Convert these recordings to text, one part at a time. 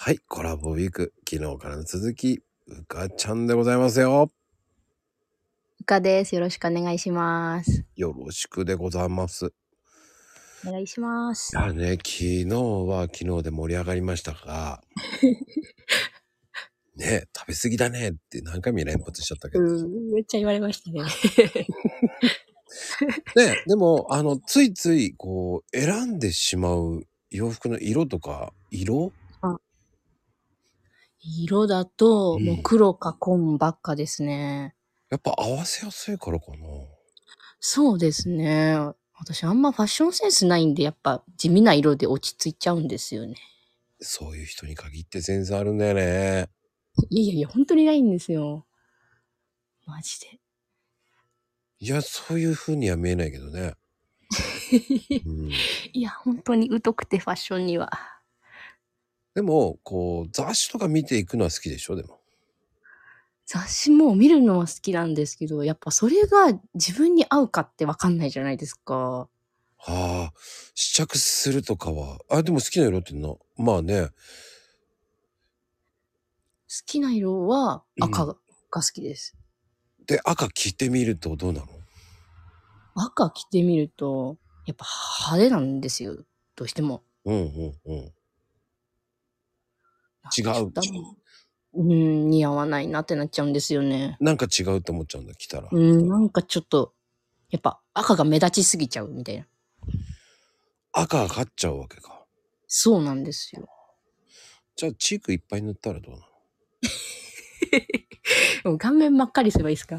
はい、コラボウィーク、昨日からの続き、うかちゃんでございますよ。 うかです。よろしくお願いします。 よろしくでございます。 お願いします。 ね、昨日は昨日で盛り上がりましたが、ね、食べ過ぎだねって何回も連発しちゃったけど。 めっちゃ言われましたね。 ね、でも、ついつい、こう、選んでしまう洋服の色とか、色だと、もう黒か紺ばっかですね。 やっぱ合わせやすいからかな。 そうですね。私あんまファッションセンスないんで、やっぱ地味な色で落ち着いちゃうんですよね。 そういう人に限ってセンスあるんだよね。 いや、本当にないんですよ。マジで。 いや、そういう風には見えないけどね。 いや、本当に疎くてファッションには。 でも、こう、雑誌とか見ていくのは好きでしょ、でも。 雑誌も見るのは好きなんですけど、やっぱそれが自分に合うかってわかんないじゃないですか。 はあ、試着するとかは、でも好きな色ってまあね。 好きな色は赤が好きです。 で、赤着てみるとどうなの？ 赤着てみると、やっぱ派手なんですよ。どうしても。 違う。 似合わないなってなっちゃうんですよね。 なんか違うって思っちゃうんだ、着たら。 なんかちょっと、やっぱ赤が目立ちすぎちゃうみたいな。 赤が勝っちゃうわけか。 そうなんですよ。 じゃあチークいっぱい塗ったらどうなの？ もう顔面真っ赤にすればいいですか？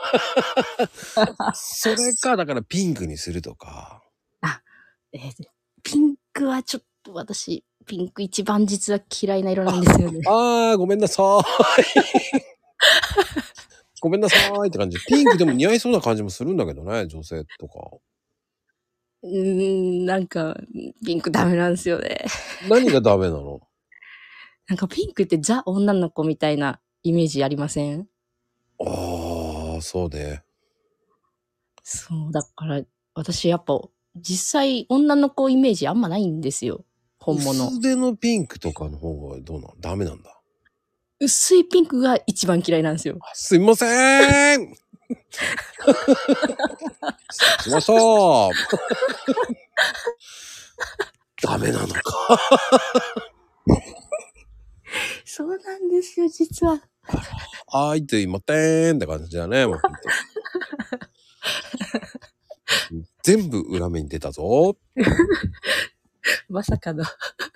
それか、だからピンクにするとか。 ピンクはちょっと私、ピンク一番実は嫌いな色なんですよね。 ごめんなさーい。ごめんなさーいって感じ。ピンクでも似合いそうな感じもするんだけどね、女性とか。 なんか、ピンクダメなんですよね。 何がダメなの？ なんかピンクってザ女の子みたいなイメージありません？ そうね。 そう、だから、私やっぱ、実際女の子イメージあんまないんですよ。本物。 薄手のピンクとかの方がどうなの？ダメなんだ。 薄いピンクが一番嫌いなんですよ。 すいませーんしましたダメなのか。 そうなんですよ、実は。 と言いまてーんって感じだね、もうほんと。全部裏目に出たぞ。 まさかの。